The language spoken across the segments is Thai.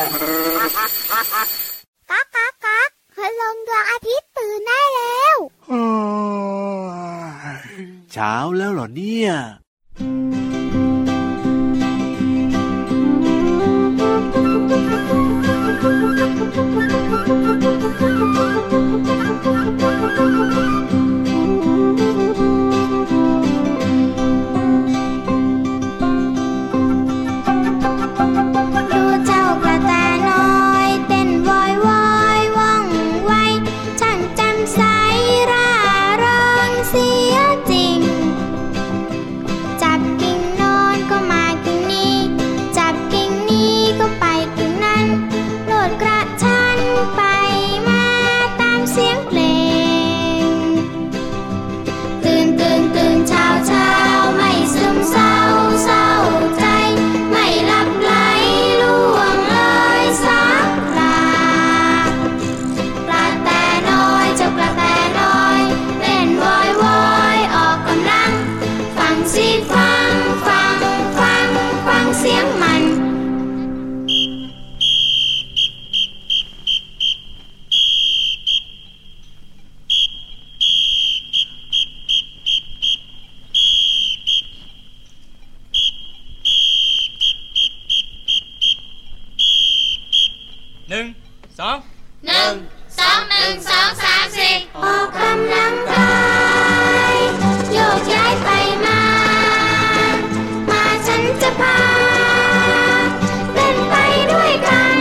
ก๊ากก๊ากก๊ากพลังดวงอาทิตย์ตื่นได้แล้วเช้าแล้วเหรอเนี่ย 1 2 1 2 1 2 3 4 ออกกำลังกายโยกย้ายไปมาฉันจะพาเต้นไปด้วยกัน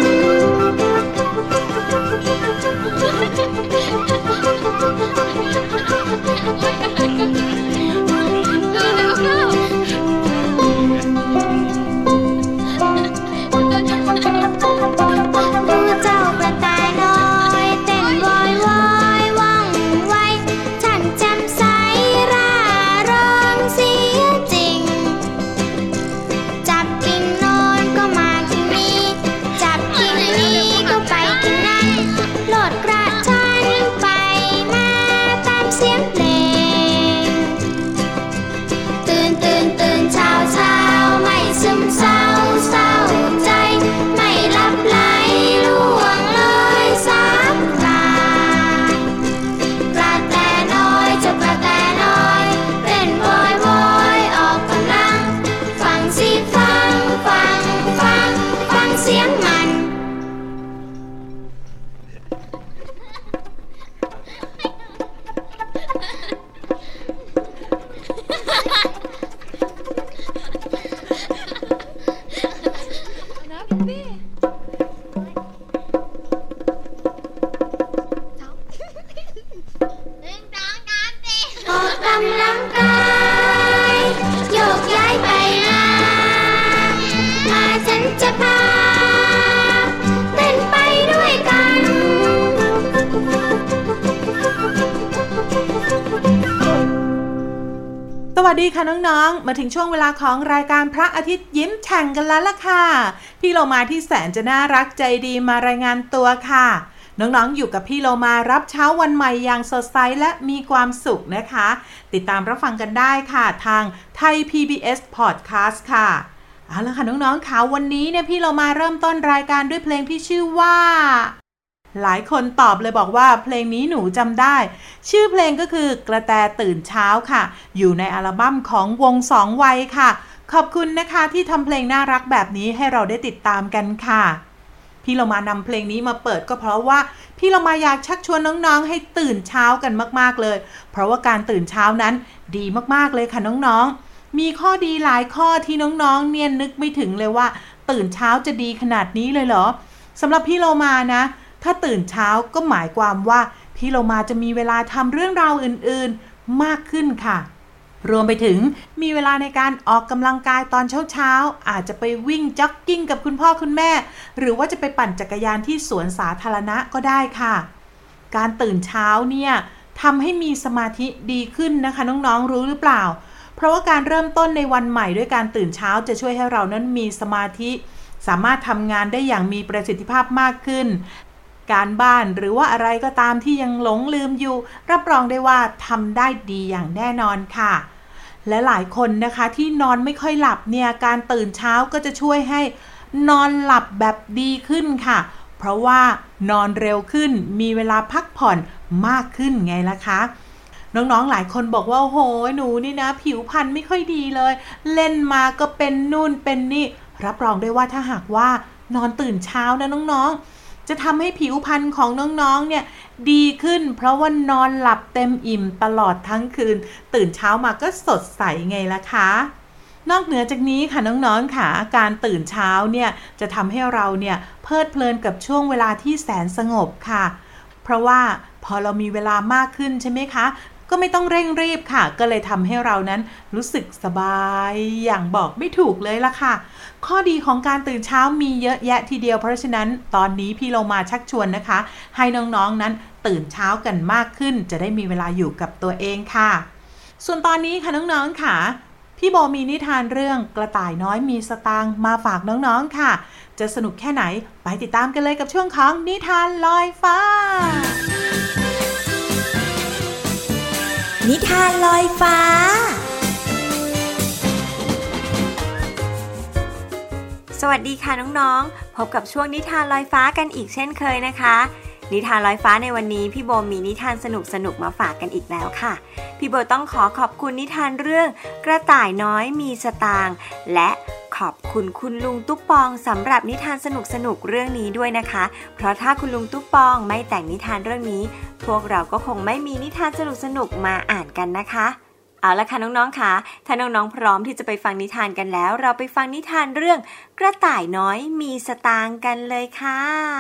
สวัสดีค่ะน้องๆมาถึงช่วงเวลาของรายการพระอาทิตย์ยิ้มแฉ่งกันแล้วล่ะค่ะพี่โลมาที่แสนจะน่ารักใจดีมารายงานตัวค่ะน้องๆอยู่กับพี่โลมารับเช้าวันใหม่อย่างสดใสและมีความสุขนะคะติดตามรับฟังกันได้ค่ะทางไทย PBS Podcast ค่ะเอาล่ะค่ะน้องๆค่ะวันนี้เนี่ยพี่โลมาเริ่มต้นรายการด้วยเพลงที่ชื่อว่าหลายคนตอบเลยบอกว่าเพลงนี้หนูจำได้ชื่อเพลงก็คือกระแตตื่นเช้าค่ะอยู่ในอัลบั้มของวงสองวัยค่ะขอบคุณนะคะที่ทำเพลงน่ารักแบบนี้ให้เราได้ติดตามกันค่ะพี่เรามานำเพลงนี้มาเปิดก็เพราะว่าพี่เรามาอยากชักชวนน้องๆให้ตื่นเช้ากันมากๆเลยเพราะว่าการตื่นเช้านั้นดีมากๆเลยค่ะน้องๆมีข้อดีหลายข้อที่น้องๆเนี่ยนึกไม่ถึงเลยว่าตื่นเช้าจะดีขนาดนี้เลยเหรอสำหรับพี่เรามานะถ้าตื่นเช้าก็หมายความว่าพี่โลมาจะมีเวลาทำเรื่องราวอื่นๆมากขึ้นค่ะรวมไปถึงมีเวลาในการออกกำลังกายตอนเช้าๆอาจจะไปวิ่งจ็อกกิ้งกับคุณพ่อคุณแม่หรือว่าจะไปปั่นจักรยานที่สวนสาธารณะก็ได้ค่ะการตื่นเช้าเนี่ยทำให้มีสมาธิดีขึ้นนะคะน้องๆรู้หรือเปล่าเพราะว่าการเริ่มต้นในวันใหม่ด้วยการตื่นเช้าจะช่วยให้เรานั้นมีสมาธิสามารถทำงานได้อย่างมีประสิทธิภาพมากขึ้นการบ้านหรือว่าอะไรก็ตามที่ยังหลงลืมอยู่รับรองได้ว่าทำได้ดีอย่างแน่นอนค่ะและหลายคนนะคะที่นอนไม่ค่อยหลับเนี่ยการตื่นเช้าก็จะช่วยให้นอนหลับแบบดีขึ้นค่ะเพราะว่านอนเร็วขึ้นมีเวลาพักผ่อนมากขึ้นไงล่ะคะน้องๆหลายคนบอกว่าโอ้โหหนูนี่นะผิวพรรณไม่ค่อยดีเลยเล่นมาก็เป็นนู่นเป็นนี่รับรองได้ว่าถ้าหากว่านอนตื่นเช้านะน้องๆจะทำให้ผิวพรรณของน้องๆเนี่ยดีขึ้นเพราะว่านอนหลับเต็มอิ่มตลอดทั้งคืนตื่นเช้ามาก็สดใสไงล่ะคะนอกเหนือจากนี้ค่ะน้องๆค่ะการตื่นเช้าเนี่ยจะทำให้เราเนี่ยเพลิดเพลินกับช่วงเวลาที่แสนสงบค่ะเพราะว่าพอเรามีเวลามากขึ้นใช่ไหมคะก็ไม่ต้องเร่งรีบค่ะก็เลยทำให้เรานั้นรู้สึกสบายอย่างบอกไม่ถูกเลยล่ะค่ะข้อดีของการตื่นเช้ามีเยอะแยะทีเดียวเพราะฉะนั้นตอนนี้พี่เรามาชักชวนนะคะให้น้องๆนั้นตื่นเช้ากันมากขึ้นจะได้มีเวลาอยู่กับตัวเองค่ะส่วนตอนนี้ค่ะน้องๆค่ะพี่โบมีนิทานเรื่องกระต่ายน้อยมีสตางค์มาฝากน้องๆค่ะจะสนุกแค่ไหนไปติดตามกันเลยกับช่วงของนิทานลอยฟ้านิทานลอยฟ้าสวัสดีค่ะน้องๆพบกับช่วงนิทานลอยฟ้ากันอีกเช่นเคยนะคะนิทานลอยฟ้าในวันนี้พี่โบมีนิทานสนุกๆมาฝากกันอีกแล้วค่ะพี่โบต้องขอบคุณนิทานเรื่องกระต่ายน้อยมีสตางค์และขอบคุณคุณลุงตุ๊ปปองสำหรับนิทานสนุกๆเรื่องนี้ด้วยนะคะเพราะถ้าคุณลุงตุ๊ปปองไม่แต่งนิทานเรื่องนี้พวกเราก็คงไม่มีนิทานสนุกๆมาอ่านกันนะคะเอาละค่ะน้องๆค่ะถ้าน้องๆพร้อมที่จะไปฟังนิทานกันแล้วเราไปฟังนิทานเรื่องกระต่ายน้อยมีสตางค์กันเลยค่ะ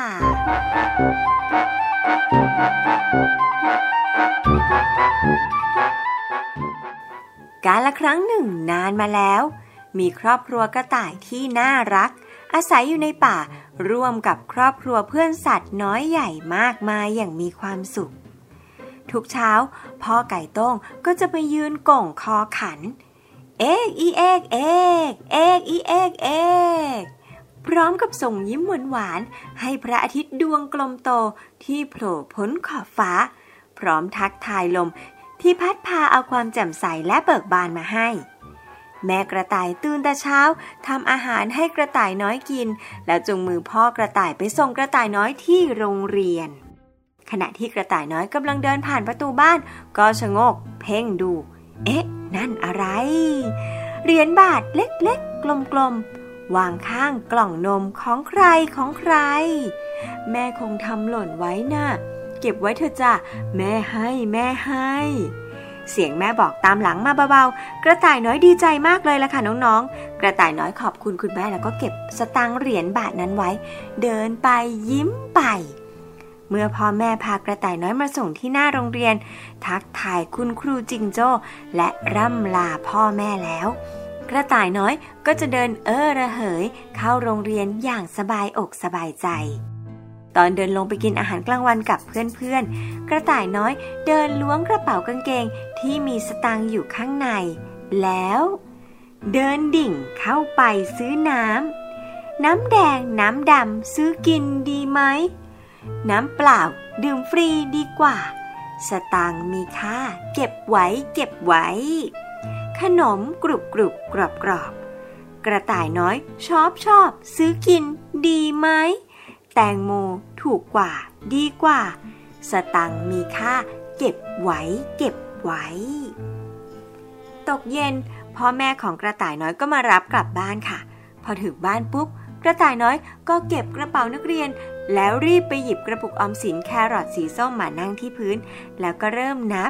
กาลครั้งหนึ่งนานมาแล้วมีครอบครัวกระต่ายที่น่ารักอาศัยอยู่ในป่าร่วมกับครอบครัวเพื่อนสัตว์น้อยใหญ่มากมายอย่างมีความสุขทุกเช้าพ่อไก่โต้งก็จะไปยืนก่งคอขันเอกอีเอกเอกเอกอีเอกเอกพร้อมกับส่งยิ้มหวานๆให้พระอาทิตย์ดวงกลมโตที่โผล่พ้นขอบฟ้าพร้อมทักทายลมที่พัดพาเอาความแจ่มใสและเบิกบานมาให้แม่กระต่ายตื่นแต่เช้าทำอาหารให้กระต่ายน้อยกินแล้วจูงมือพ่อกระต่ายไปส่งกระต่ายน้อยที่โรงเรียนขณะที่กระต่ายน้อยกำลังเดินผ่านประตูบ้านก็ชะโงกเพ่งดูเอ๊ะนั่นอะไรเหรียญบาทเล็กๆกลมๆวางข้างกล่องนมของใครแม่คงทำหล่นไว้น่ะเก็บไว้เถอะจ้ะแม่ให้เสียงแม่บอกตามหลังมาเบาๆกระต่ายน้อยดีใจมากเลยล่ะค่ะน้องๆกระต่ายน้อยขอบคุณคุณแม่แล้วก็เก็บสตางค์เหรียญบาทนั้นไว้เดินไปยิ้มไปเมื่อพ่อแม่พากระต่ายน้อยมาส่งที่หน้าโรงเรียนทักทายคุณครูจิงโจ้และร่ำลาพ่อแม่แล้วกระต่ายน้อยก็จะเดินระเหยเข้าโรงเรียนอย่างสบายอกสบายใจตอนเดินลงไปกินอาหารกลางวันกับเพื่อนๆกระต่ายน้อยเดินล้วงกระเป๋ากางเกงที่มีสตางค์อยู่ข้างในแล้วเดินดิ่งเข้าไปซื้อน้ำแดงน้ำดำซื้อกินดีไหมน้ำเปล่าดื่มฟรีดีกว่าสตางค์มีค่าเก็บไว้ขนมกรุบกรอบกระต่ายน้อยชอบซื้อกินดีไหมแตงโมถูกกว่าดีกว่าสตางค์มีค่าเก็บไว้ตกเย็นพ่อแม่ของกระต่ายน้อยก็มารับกลับบ้านค่ะพอถึงบ้านปุ๊บกระต่ายน้อยก็เก็บกระเป๋านักเรียนแล้วรีบไปหยิบกระปุกออมสินแครอทสีส้มมานั่งที่พื้นแล้วก็เริ่มนับ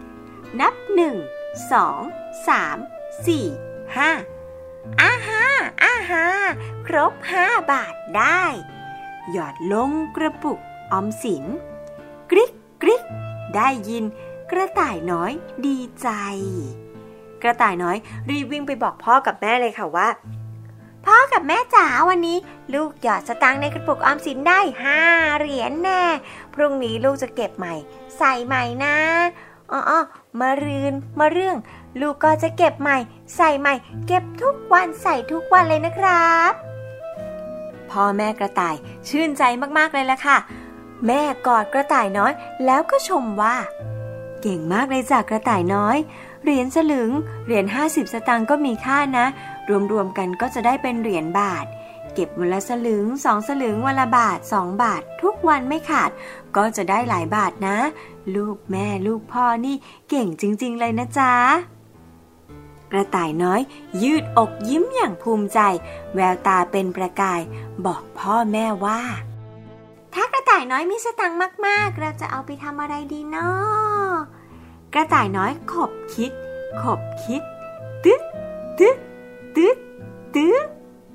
1 2 3 4 5อาฮาครบ5 บาทได้หยอดลงกระปุกออมสินกริ๊กได้ยินกระต่ายน้อยดีใจกระต่ายน้อยรีบวิ่งไปบอกพ่อกับแม่เลยค่ะว่าพ่อกับแม่จ๋าวันนี้ลูกหยอดสตางค์ในกระปุกออมสินได้5 เหรียญแน่พรุ่งนี้ลูกจะเก็บใหม่ใส่ใหม่นะมาเรื่องลูกก็จะเก็บใหม่ใส่ใหม่เก็บทุกวันใส่ทุกวันเลยนะครับพ่อแม่กระต่ายชื่นใจมากๆเลยล่ะค่ะแม่กอดกระต่ายน้อยแล้วก็ชมว่าเก่งมากเลยจ้ะกระต่ายน้อยเหรียญสลึงเหรียญ50 สตางค์ก็มีค่านะรวมกันก็จะได้เป็นเหรียญบาทเก็บวันละสลึง2 สลึงวันละบาท2 บาททุกวันไม่ขาดก็จะได้หลายบาทนะลูกแม่ลูกพ่อนี่เก่งจริงๆเลยนะจ๊ะกระต่ายน้อยยืดอกยิ้มอย่างภูมิใจแววตาเป็นประกายบอกพ่อแม่ว่าถ้ากระต่ายน้อยมีสตังค์มากๆเราจะเอาไปทำอะไรดีเนาะกระต่ายน้อยขบคิดตึ๊ดตึ๊ดตึ๊ดตึ๊ด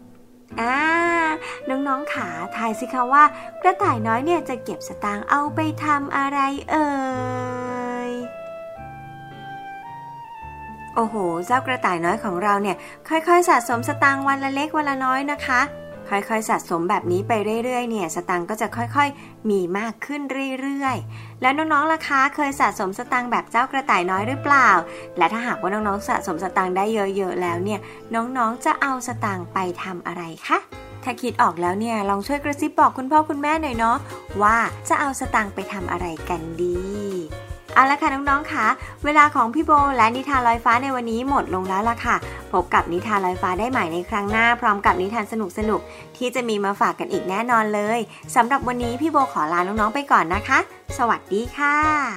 น้องๆขาทายสิคะว่ากระต่ายน้อยเนี่ยจะเก็บสตางค์เอาไปทำอะไรเอ่ยโอ้โหเจ้ากระต่ายน้อยของเราเนี่ยค่อยๆสะสมสตางค์วันละเล็กวันละน้อยนะคะค่อยๆสะสมแบบนี้ไปเรื่อยๆเนี่ยสตางค์ก็จะค่อยๆมีมากขึ้นเรื่อยๆแล้วน้องๆล่ะคะเคยสะสมสตางค์แบบเจ้ากระต่ายน้อยหรือเปล่าและถ้าหากว่าน้องๆสะสมสตางค์ได้เยอะๆแล้วเนี่ยน้องๆจะเอาสตางค์ไปทำอะไรคะถ้าคิดออกแล้วเนี่ยลองช่วยกระซิบบอกคุณพ่อคุณแม่หน่อยเนาะว่าจะเอาสตางค์ไปทำอะไรกันดีเอาละค่ะน้องๆค่ะเวลาของพี่โบและนิทานลอยฟ้าในวันนี้หมดลงแล้วล่ะค่ะพบกับนิทานลอยฟ้าได้ใหม่ในครั้งหน้าพร้อมกับนิทานสนุกๆที่จะมีมาฝากกันอีกแน่นอนเลยสำหรับวันนี้พี่โบขอลาน้องๆไปก่อนนะคะสวัสดีค่ะ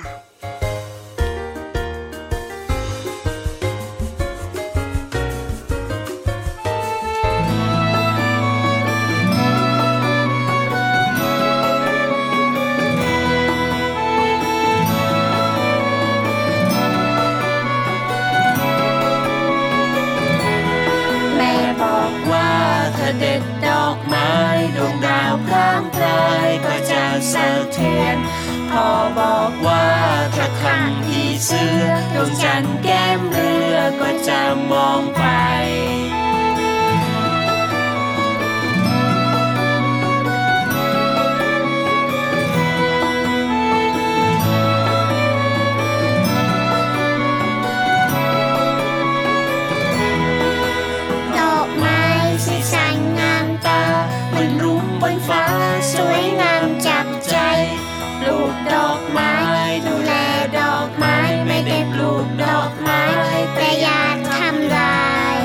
เด็ดดอกไม้ดวงดาวพร่างพรายก็จะสะเทือนพ่อบอกว่าถ้าขังผีเสื้อดวงจันทร์แก้มเรือก็จะมองไปสวยงามจับใจปลูกดอกไม้ดูแลดอกไม้ไม่ได้ปลูกดอกไม้แต่อย่าทำลาย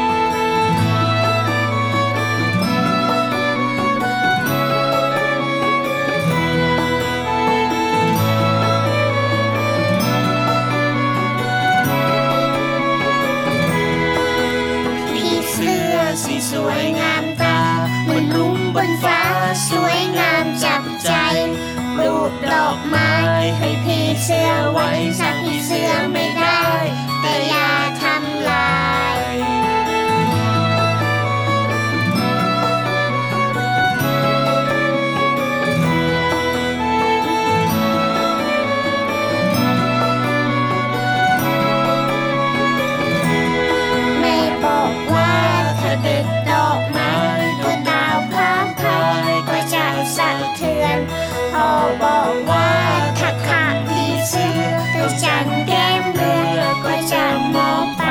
ผีเสื้อสีสวยงามตาเหมือนรุ้งบนฟ้าสวยงามจับใจปลูกดอกไม้ให้ผีเสื้อไว้สักผีเสื้อไม่ได้แต่อย่าทำลายแม่บอกว่าถ้าเด็ดดอกไม้ดวงดาวพร่างพรายก็จะสะเทือนพ่อบอกว่าถ้าขาดผีเสื้อดวงจันทร์แก้มเรือก็จะมองไป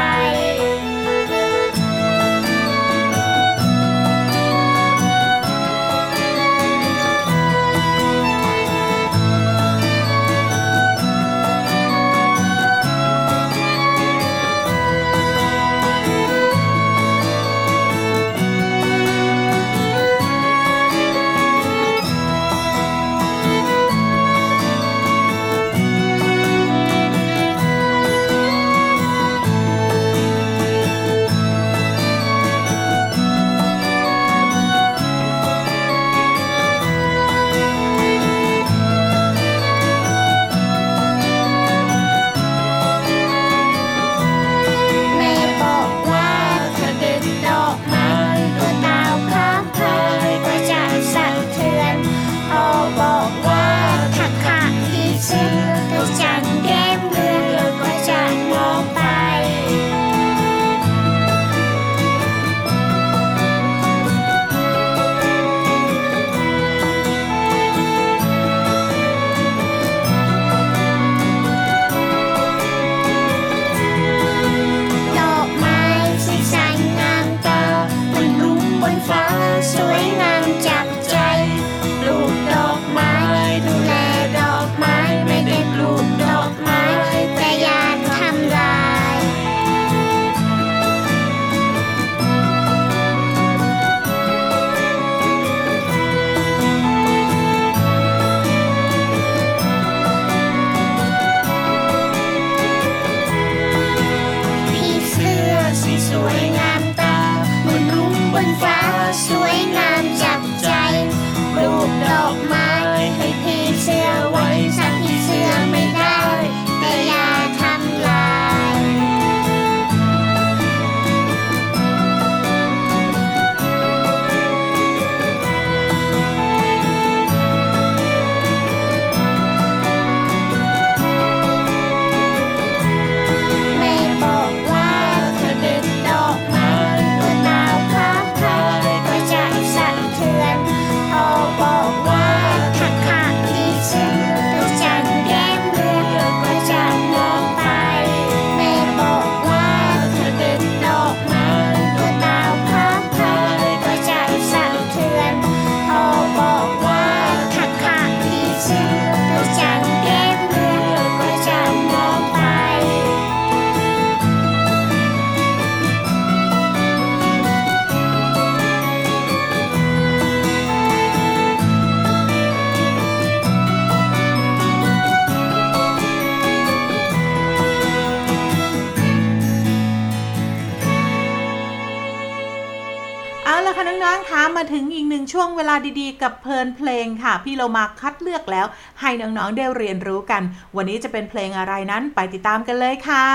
ถึงอีกหนึ่งช่วงเวลาดีๆกับเพลินเพลงค่ะพี่เรามาคัดเลือกแล้วให้น้องๆได้เรียนรู้กันวันนี้จะเป็นเพลงอะไรนั้นไปติดตามกันเลยค่ะ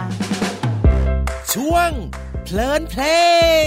ช่วงเพลินเพลง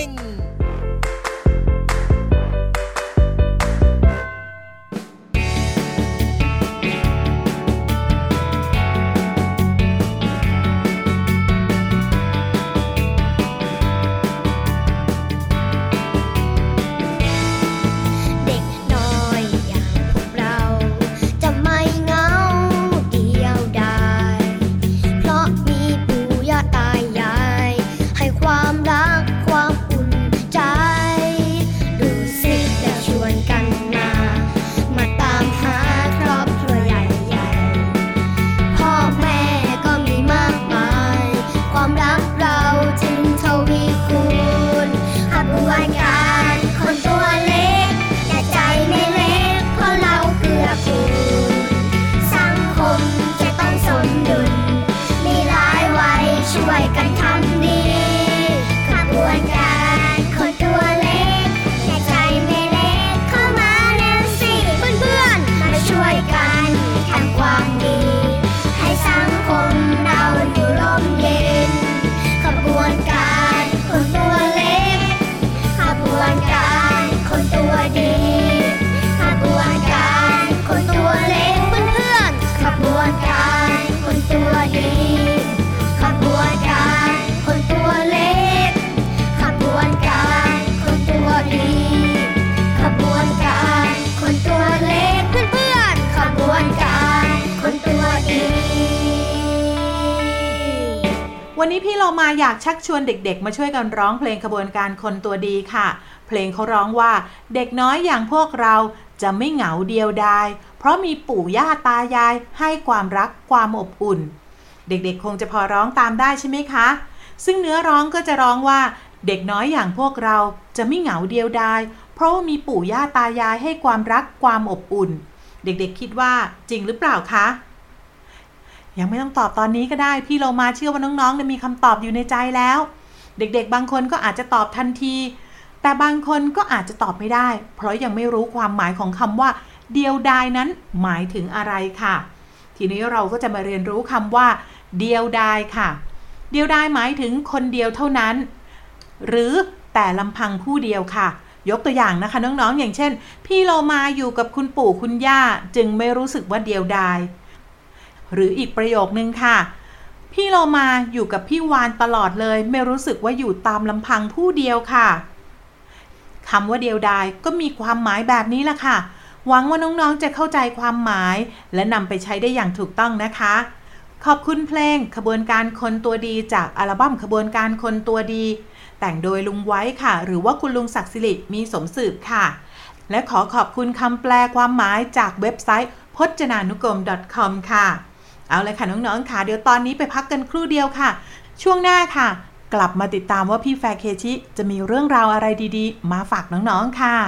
วันนี้พี่เรามาอยากชักชวนเด็กๆมาช่วยกันร้องเพลงขบวนการคนตัวดีค่ะเพลงเขาร้องว่าเด็กน้อยอย่างพวกเราจะไม่เหงาเดียวดายเพราะมีปู่ย่าตายายให้ความรักความอบอุ่นเด็กๆคงจะพอร้องตามได้ใช่ไหมคะซึ่งเนื้อร้องก็จะร้องว่าเด็กน้อยอย่างพวกเราจะไม่เหงาเดียวดายเพราะมีปู่ย่าตายายให้ความรักความอบอุ่นเด็กๆคิดว่าจริงหรือเปล่าคะยังไม่ต้องตอบตอนนี้ก็ได้พี่เรามาเชื่อว่าน้องๆมีคำตอบอยู่ในใจแล้วเด็กๆบางคนก็อาจจะตอบทันทีแต่บางคนก็อาจจะตอบไม่ได้เพราะยังไม่รู้ความหมายของคำว่าเดียวดายนั้นหมายถึงอะไรค่ะทีนี้เราก็จะมาเรียนรู้คำว่าเดียวดายค่ะเดียวดายหมายถึงคนเดียวเท่านั้นหรือแต่ลำพังผู้เดียวค่ะยกตัวอย่างนะคะน้องๆอย่างเช่นพี่เรามาอยู่กับคุณปู่คุณย่าจึงไม่รู้สึกว่าเดียวดายหรืออีกประโยคนึงค่ะพี่เรามาอยู่กับพี่วานตลอดเลยไม่รู้สึกว่าอยู่ตามลำพังผู้เดียวค่ะคำว่าเดียวดายก็มีความหมายแบบนี้ล่ะค่ะหวังว่าน้องๆจะเข้าใจความหมายและนำไปใช้ได้อย่างถูกต้องนะคะขอบคุณเพลงขบวนการคนตัวดีจากอัลบั้มขบวนการคนตัวดีแต่งโดยลุงไว้ค่ะหรือว่าคุณลุงศักดิ์สิริมีสมสืบค่ะและขอบคุณคำแปลความหมายจากเว็บไซต์พจนานุกรม .com ค่ะเอาเลยค่ะน้องๆค่ะเดี๋ยวตอนนี้ไปพักกันครู่เดียวค่ะช่วงหน้าค่ะกลับมาติดตามว่าพี่แฟร์เคชิจะมีเรื่องราวอะไรดีๆมาฝากน้องๆค่ะ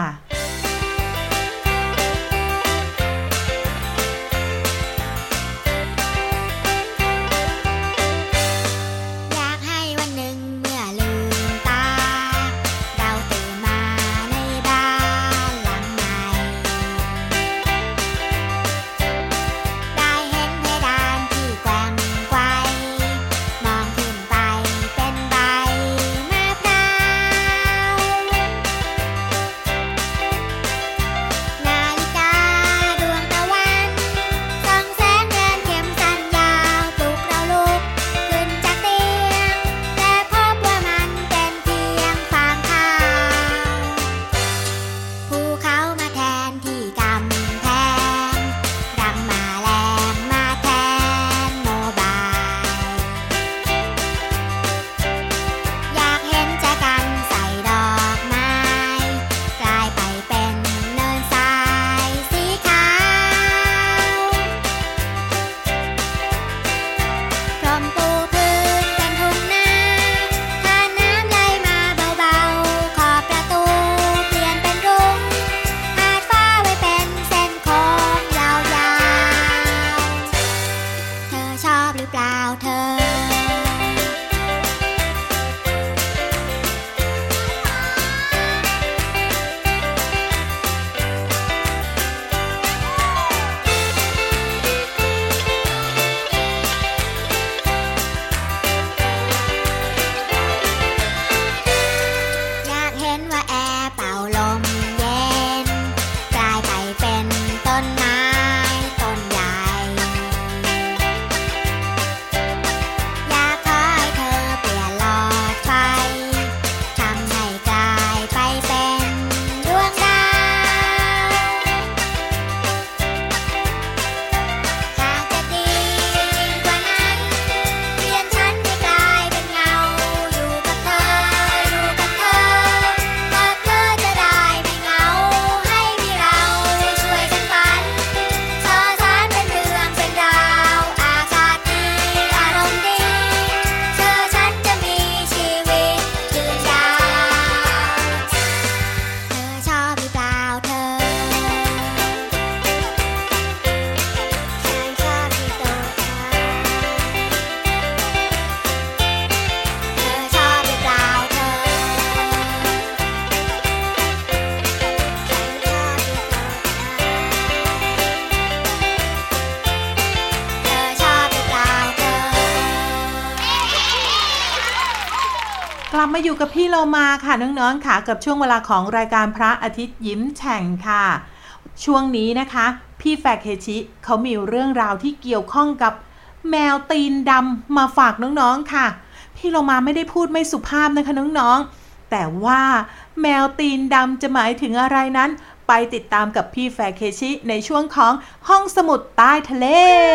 ลับมาอยู่กับพี่โลมาค่ะน้องๆค่ะกับช่วงเวลาของรายการพระอาทิตย์ยิ้มแฉ่งค่ะช่วงนี้นะคะพี่แฟเคชิเขามีเรื่องราวที่เกี่ยวข้องกับแมวตีนดำมาฝากน้องๆค่ะพี่โลมาไม่ได้พูดไม่สุภาพนะคะน้องๆแต่ว่าแมวตีนดำจะหมายถึงอะไรนั้นไปติดตามกับพี่แฟเคชิในช่วงของห้องสมุดใต้ทะเล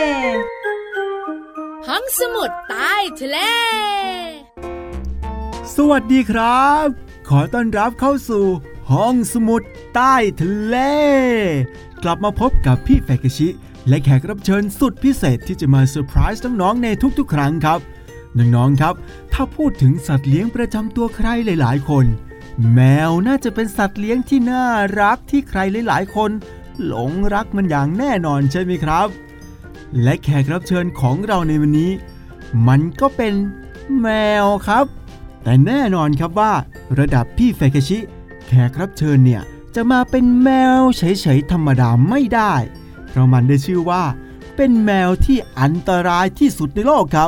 ห้องสมุดใต้ทะเลสวัสดีครับขอต้อนรับเข้าสู่ห้องสมุดใต้ทะเลกลับมาพบกับพี่แฟเคชิและแขกรับเชิญสุดพิเศษที่จะมาเซอร์ไพรส์น้องๆในทุกๆครั้งครับน้องๆครับถ้าพูดถึงสัตว์เลี้ยงประจำตัวใครหลายๆคนแมวน่าจะเป็นสัตว์เลี้ยงที่น่ารักที่ใครหลายๆคนหลงรักมันอย่างแน่นอนใช่ไหมครับและแขกรับเชิญของเราในวันนี้มันก็เป็นแมวครับแต่แน่นอนครับว่าระดับพี่แฟเคชิแขกรับเชิญเนี่ยจะมาเป็นแมวเฉยๆธรรมดาไม่ได้เพราะมันได้ชื่อว่าเป็นแมวที่อันตรายที่สุดในโลกครับ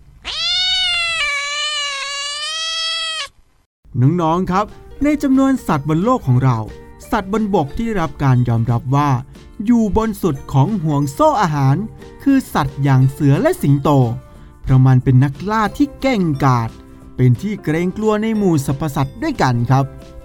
น้องๆครับในจำนวนสัตว์บนโลกของเราสัตว์บนบกที่ได้รับการยอมรับว่าอยู่บนสุดของห่วงโซ่อาหารคือสัตว์อย่างเสือและสิงโตเพราะมันเป็นนักล่าที่เก่งกาจเป็นที่เกรงกลัวในหมู่สรรพสัตว์ด้วยกันครับ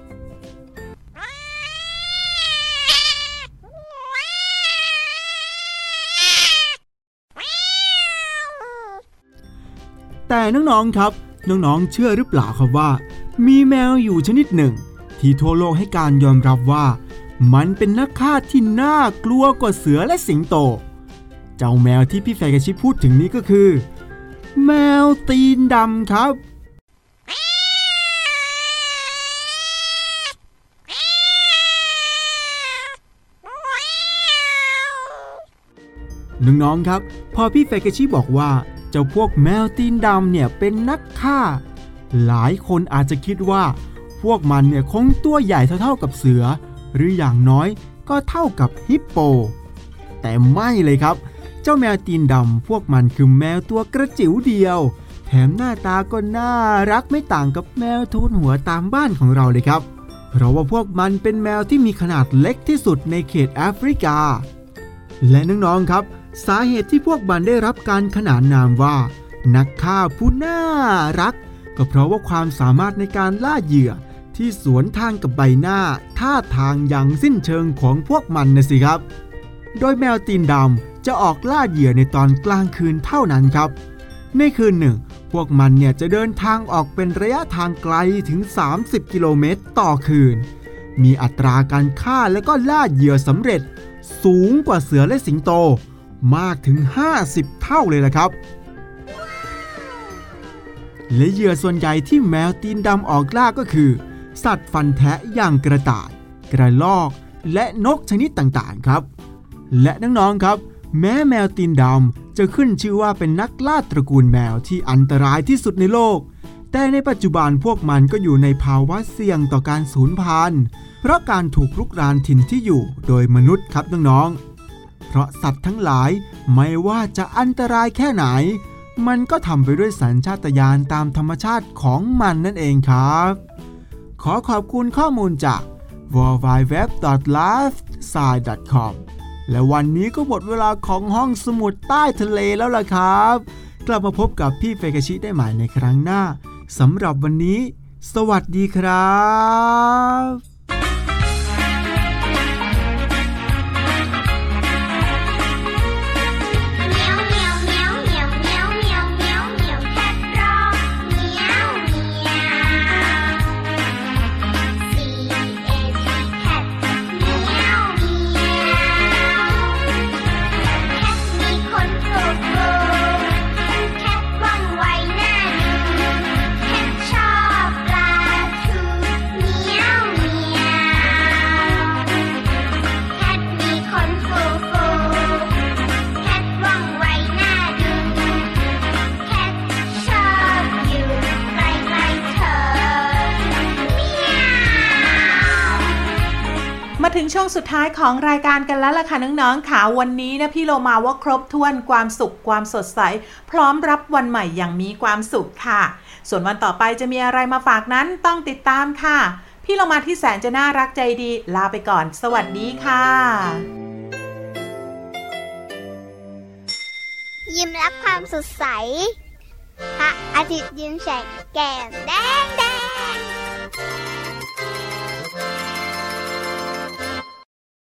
แต่น้องๆครับน้องๆเชื่อหรือเปล่าครับว่ามีแมวอยู่ชนิดหนึ่งที่ทั่วโลกให้การยอมรับว่ามันเป็นนักฆ่าที่น่ากลัวกว่าเสือและสิงโตเจ้าแมวที่พี่แฟเคชิพูดถึงนี้ก็คือแมวตีนดำครับน้องๆครับพอพี่แฟเคชิบอกว่าเจ้าพวกแมวตีนดำเนี่ยเป็นนักฆ่าหลายคนอาจจะคิดว่าพวกมันเนี่ยคงตัวใหญ่เท่ากับเสือหรืออย่างน้อยก็เท่ากับฮิปโปแต่ไม่เลยครับเจ้าแมวตีนดำพวกมันคือแมวตัวกระจิ๋วเดียวแถมหน้าตาก็น่ารักไม่ต่างกับแมวทูนหัวตามบ้านของเราเลยครับเพราะว่าพวกมันเป็นแมวที่มีขนาดเล็กที่สุดในเขตแอฟริกาและน้องๆครับสาเหตุที่พวกมันได้รับการขนานนามว่านักฆ่าผู้น่ารักก็เพราะว่าความสามารถในการล่าเหยื่อที่สวนทางกับใบหน้าท่าทางอย่างสิ้นเชิงของพวกมันนะสิครับโดยแมวตีนดำจะออกล่าเหยื่อในตอนกลางคืนเท่านั้นครับในคืนหนึ่งพวกมันเนี่ยจะเดินทางออกเป็นระยะทางไกลถึง30กิโลเมตรต่อคืนมีอัตราการฆ่าและก็ล่าเหยื่อสำเร็จสูงกว่าเสือและสิงโตมากถึง50เท่าเลยล่ะครับและเหยื่อส่วนใหญ่ที่แมวตีนดำออกล่าก็คือสัตว์ฟันแทะอย่างกระต่ายกระรอกและนกชนิดต่างๆครับและน้องๆครับแม้แมวตีนดำจะขึ้นชื่อว่าเป็นนักล่าตระกูลแมวที่อันตรายที่สุดในโลกแต่ในปัจจุบันพวกมันก็อยู่ในภาวะเสี่ยงต่อการสูญพันธุ์เพราะการถูกรุกรานถิ่นที่อยู่โดยมนุษย์ครับน้องๆเพราะสัตว์ทั้งหลายไม่ว่าจะอันตรายแค่ไหนมันก็ทำไปด้วยสัญชาตญาณตามธรรมชาติของมันนั่นเองครับขอขอบคุณข้อมูลจาก www.lifestyle.com และวันนี้ก็หมดเวลาของห้องสมุดใต้ทะเลแล้วล่ะครับกลับมาพบกับพี่เฟเคชิได้ใหม่ในครั้งหน้าสำหรับวันนี้สวัสดีครับชอบปลาทูเมียวงสุดท้ายของรายการกันแล้วล่ะค่ะน้องๆค่ะวันนี้นะพี่โลมาว่าครบถ้วนความสุขความสดใสพร้อมรับวันใหม่อย่างมีความสุขค่ะส่วนวันต่อไปจะมีอะไรมาฝากนั้นต้องติดตามค่ะพี่โลมาที่แสนจะน่ารักใจดีลาไปก่อนสวัสดีค่ะยิ้มรับความสดใสพระอาทิตย์ยิ้มแฉกแก้มแดง